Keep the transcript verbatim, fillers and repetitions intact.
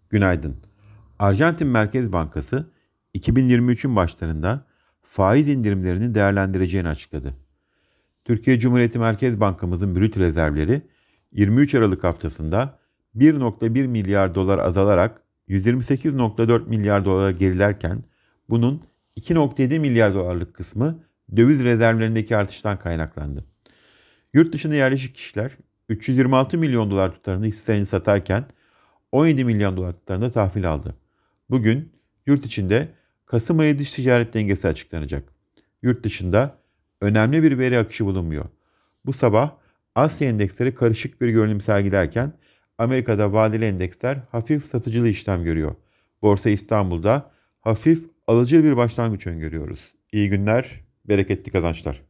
Günaydın. Arjantin Merkez Bankası iki bin yirmi üçün başlarında faiz indirimlerini değerlendireceğini açıkladı. Türkiye Cumhuriyeti Merkez Bankamızın brüt rezervleri yirmi üç Aralık haftasında bir virgül bir milyar dolar azalarak yüz yirmi sekiz virgül dört milyar dolara gerilerken bunun iki virgül yedi milyar dolarlık kısmı döviz rezervlerindeki artıştan kaynaklandı. Yurt dışına yerleşik kişiler üç yüz yirmi altı milyon dolar tutarında hisselerini satarken on yedi milyon dolar tutarında tahvil aldı. Bugün yurt içinde Kasım ayı dış ticaret dengesi açıklanacak. Yurt dışında önemli bir veri akışı bulunmuyor. Bu sabah Asya endeksleri karışık bir görünüm sergilerken Amerika'da vadeli endeksler hafif satıcılı işlem görüyor. Borsa İstanbul'da hafif alıcı bir başlangıç öngörüyoruz. İyi günler, bereketli kazançlar.